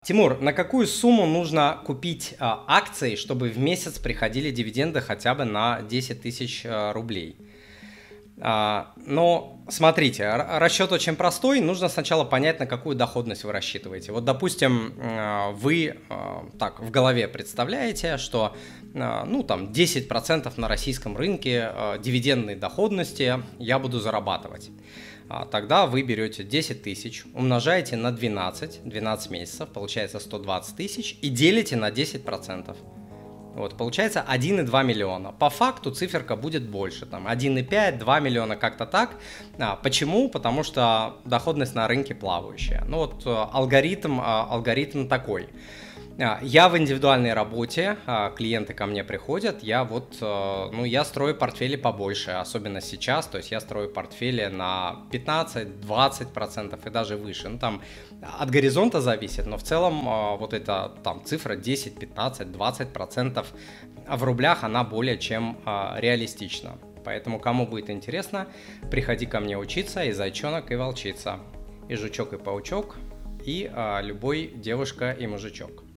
Тимур, на какую сумму нужно купить акции, чтобы в месяц приходили дивиденды хотя бы на 10 тысяч рублей? Но смотрите, расчет очень простой. Нужно сначала понять, на какую доходность вы рассчитываете. Вот, допустим, вы так в голове представляете, что ну, там 10% на российском рынке дивидендной доходности я буду зарабатывать. Тогда вы берете 10 тысяч, умножаете на 12 месяцев, получается 120 тысяч, и делите на 10%. Вот, получается 1,2 миллиона. По факту циферка будет больше, там 1,5, 2 миллиона, как-то так. Почему? Потому что доходность на рынке плавающая. Ну вот алгоритм такой. Я в индивидуальной работе, клиенты ко мне приходят, я строю портфели побольше, особенно сейчас, то есть я строю портфели на 15-20% и даже выше, ну там от горизонта зависит, но в целом вот эта там цифра 10, 15, 20% в рублях, она более чем реалистична. Поэтому кому будет интересно, приходи ко мне учиться, и зайчонок, и волчица, и жучок, и паучок, и любой девушка и мужичок.